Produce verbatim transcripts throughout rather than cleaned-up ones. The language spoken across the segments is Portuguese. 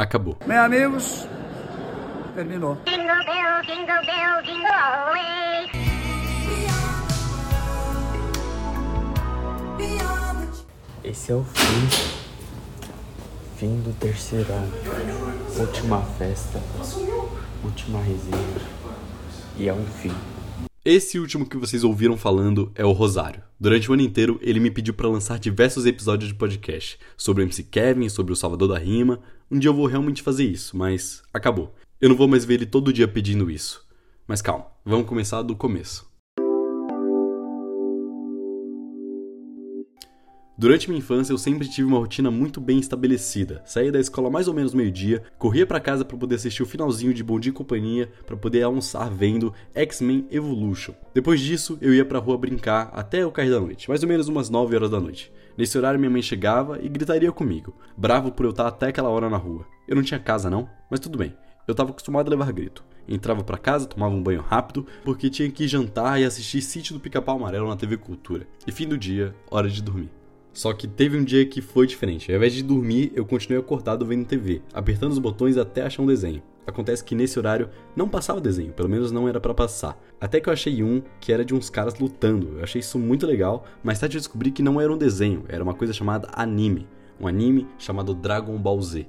acabou. Bem, amigos, terminou. Jingle bell, jingle bell, jingle all the way. Esse é o fim. Fim do terceirão. Última festa. Última resenha. E é um fim. Esse último que vocês ouviram falando é o Rosário. Durante o ano inteiro, ele me pediu para lançar diversos episódios de podcast sobre o M C Kevin, sobre o Salvador da Rima. Um dia eu vou realmente fazer isso, mas acabou. Eu não vou mais ver ele todo dia pedindo isso. Mas calma, vamos começar do começo. Durante minha infância, eu sempre tive uma rotina muito bem estabelecida. Saía da escola mais ou menos meio-dia, corria pra casa pra poder assistir o finalzinho de Bom Dia e Companhia, pra poder almoçar vendo X-Men Evolution. Depois disso, eu ia pra rua brincar até o cair da noite, mais ou menos umas nove horas da noite. Nesse horário, minha mãe chegava e gritaria comigo, bravo por eu estar até aquela hora na rua. Eu não tinha casa não, mas tudo bem, eu tava acostumado a levar grito. Entrava pra casa, tomava um banho rápido, porque tinha que ir jantar e assistir Sítio do Pica-Pau Amarelo na T V Cultura. E fim do dia, hora de dormir. Só que teve um dia que foi diferente. Ao invés de dormir, eu continuei acordado vendo T V, apertando os botões até achar um desenho. Acontece que nesse horário não passava desenho, pelo menos não era pra passar. Até que eu achei um que era de uns caras lutando. Eu achei isso muito legal, mas tarde eu descobri que não era um desenho, era uma coisa chamada anime. Um anime chamado Dragon Ball Z.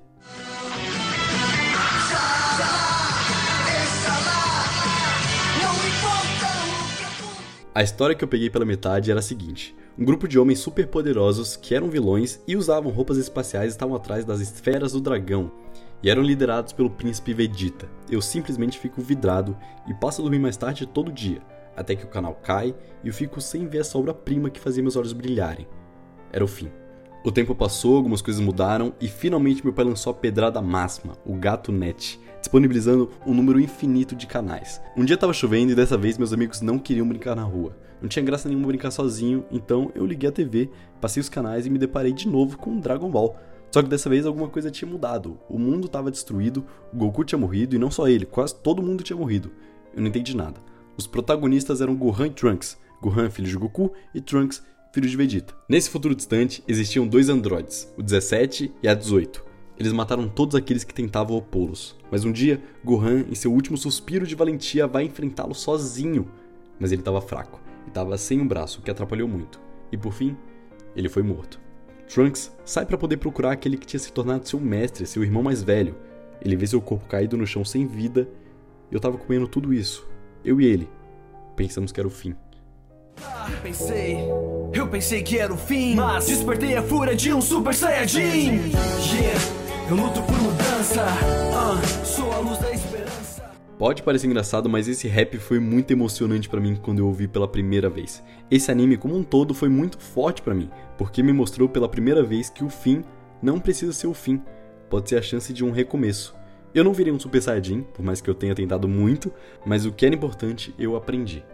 A história que eu peguei pela metade era a seguinte: um grupo de homens superpoderosos que eram vilões e usavam roupas espaciais estavam atrás das esferas do dragão e eram liderados pelo príncipe Vegeta. Eu simplesmente fico vidrado e passo a dormir mais tarde todo dia, até que o canal cai e eu fico sem ver essa obra-prima que fazia meus olhos brilharem. Era o fim. O tempo passou, algumas coisas mudaram e finalmente meu pai lançou a pedrada máxima, o Gato Net, disponibilizando um número infinito de canais. Um dia tava chovendo e dessa vez meus amigos não queriam brincar na rua. Não tinha graça nenhuma brincar sozinho, então eu liguei a T V, passei os canais e me deparei de novo com Dragon Ball. Só que dessa vez alguma coisa tinha mudado. O mundo tava destruído, o Goku tinha morrido e não só ele, quase todo mundo tinha morrido. Eu não entendi nada. Os protagonistas eram Gohan e Trunks. Gohan, filho de Goku, e Trunks, filho de Vegeta. Nesse futuro distante, existiam dois androides, o dezessete e a dezoito. Eles mataram todos aqueles que tentavam opô-los. Mas um dia, Gohan, em seu último suspiro de valentia, vai enfrentá-lo sozinho. Mas ele estava fraco, e estava sem um braço, o que atrapalhou muito. E por fim, ele foi morto. Trunks sai para poder procurar aquele que tinha se tornado seu mestre, seu irmão mais velho. Ele vê seu corpo caído no chão sem vida, e eu estava comendo tudo isso. Eu e ele. Pensamos que era o fim. Eu pensei, eu pensei que era o fim, mas despertei a fúria de um Super Saiyajin. Yeah. Eu luto por mudança, uh, sou a luz da esperança. Pode parecer engraçado, mas esse rap foi muito emocionante pra mim quando eu ouvi pela primeira vez. Esse anime como um todo foi muito forte pra mim, porque me mostrou pela primeira vez que o fim não precisa ser o fim, pode ser a chance de um recomeço. Eu não virei um Super Saiyajin, por mais que eu tenha tentado muito, mas o que era importante eu aprendi.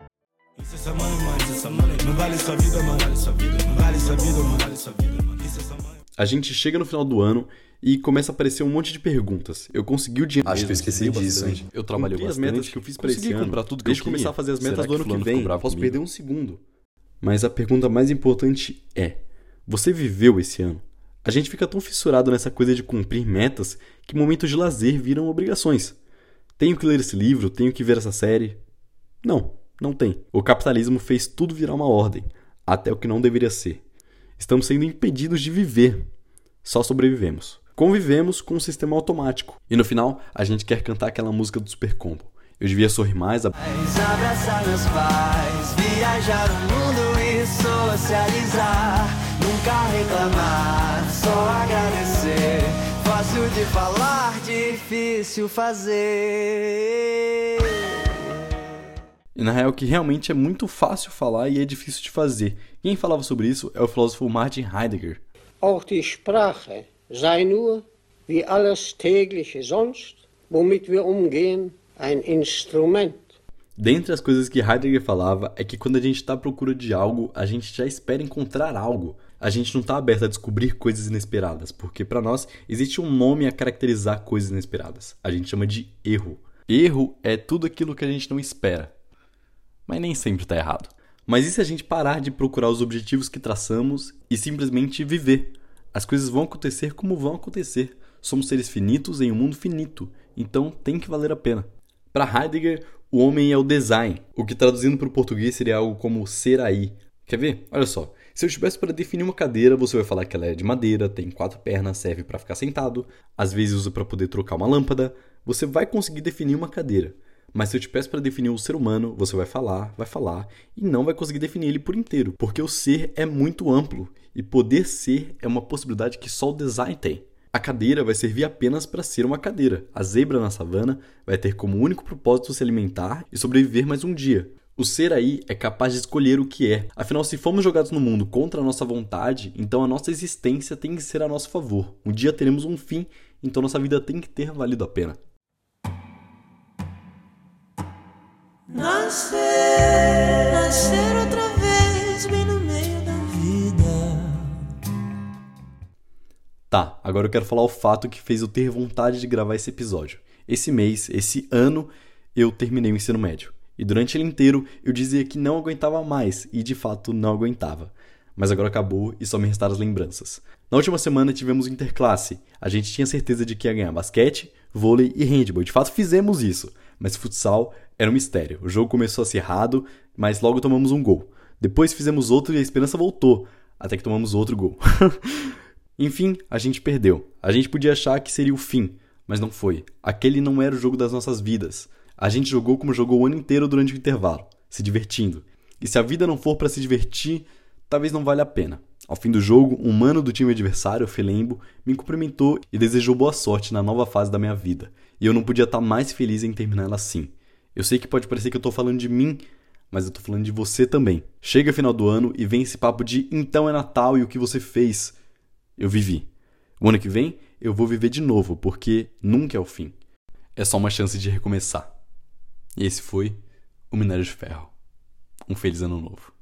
A gente chega no final do ano e começa a aparecer um monte de perguntas. Eu consegui o dinheiro. Acho que eu esqueci disso, hein? Eu trabalhei bastante. As metas que eu fiz pra esse ano. Comprar tudo que Deixa eu começar a fazer as metas do ano que vem. Posso perder um segundo. Mas a pergunta mais importante é: você viveu esse ano? A gente fica tão fissurado nessa coisa de cumprir metas que momentos de lazer viram obrigações. Tenho que ler esse livro, tenho que ver essa série. Não, não tem. O capitalismo fez tudo virar uma ordem, até o que não deveria ser. Estamos sendo impedidos de viver. Só sobrevivemos. Convivemos com um sistema automático. E no final, a gente quer cantar aquela música do Super Combo. Eu devia sorrir mais. A... Abraçar meus pais, viajar o mundo e socializar. Nunca reclamar, só agradecer. Fácil de falar, difícil fazer. E na real que realmente é muito fácil falar e é difícil de fazer. Quem falava sobre isso é o filósofo Martin Heidegger. Auch die Sprache sei nur, wie alles tägliche sonst, womit wir umgehen, ein Instrument. Dentre as coisas que Heidegger falava é que quando a gente está à procura de algo, a gente já espera encontrar algo. A gente não está aberto a descobrir coisas inesperadas, porque para nós existe um nome a caracterizar coisas inesperadas. A gente chama de erro. Erro é tudo aquilo que a gente não espera. Mas nem sempre está errado. Mas e se a gente parar de procurar os objetivos que traçamos e simplesmente viver? As coisas vão acontecer como vão acontecer. somos seres finitos em um mundo finito, então tem que valer a pena. Para Heidegger, o homem é o design, o que traduzindo para o português seria algo como ser aí. Quer ver? Olha só, se eu tivesse para definir uma cadeira, você vai falar que ela é de madeira, tem quatro pernas, serve para ficar sentado, às vezes usa para poder trocar uma lâmpada. Você vai conseguir definir uma cadeira. Mas se eu te peço para definir o ser humano, você vai falar, vai falar, e não vai conseguir definir ele por inteiro, porque o ser é muito amplo, e poder ser é uma possibilidade que só o design tem. A cadeira vai servir apenas para ser uma cadeira. A zebra na savana vai ter como único propósito se alimentar e sobreviver mais um dia. O ser aí é capaz de escolher o que é. Afinal, se formos jogados no mundo contra a nossa vontade, então a nossa existência tem que ser a nosso favor. Um dia teremos um fim, então nossa vida tem que ter valido a pena. Nascer, nascer outra vez, bem no meio da vida. Tá, agora eu quero falar o fato que fez eu ter vontade de gravar esse episódio. Esse mês, esse ano, eu terminei o ensino médio. E durante ele inteiro eu dizia que não aguentava mais, e de fato não aguentava. Mas agora acabou e só me restaram as lembranças. Na última semana tivemos interclasse. A gente tinha certeza de que ia ganhar basquete, vôlei e handball. De fato fizemos isso. Mas futsal era um mistério. O jogo começou acirrado, mas logo tomamos um gol. Depois fizemos outro e a esperança voltou, até que tomamos outro gol. Enfim, a gente perdeu. A gente podia achar que seria o fim, mas não foi. Aquele não era o jogo das nossas vidas. A gente jogou como jogou o ano inteiro durante o intervalo, se divertindo. E se a vida não for para se divertir, talvez não valha a pena. Ao fim do jogo, um mano do time adversário, o Felembo, me cumprimentou e desejou boa sorte na nova fase da minha vida. E eu não podia estar mais feliz em terminar ela assim. Eu sei que pode parecer que eu tô falando de mim, mas eu tô falando de você também. Chega final do ano e vem esse papo de então é Natal e o que você fez. Eu vivi. O ano que vem eu vou viver de novo, porque nunca é o fim. É só uma chance de recomeçar. E esse foi o Minério de Ferro. Um feliz ano novo.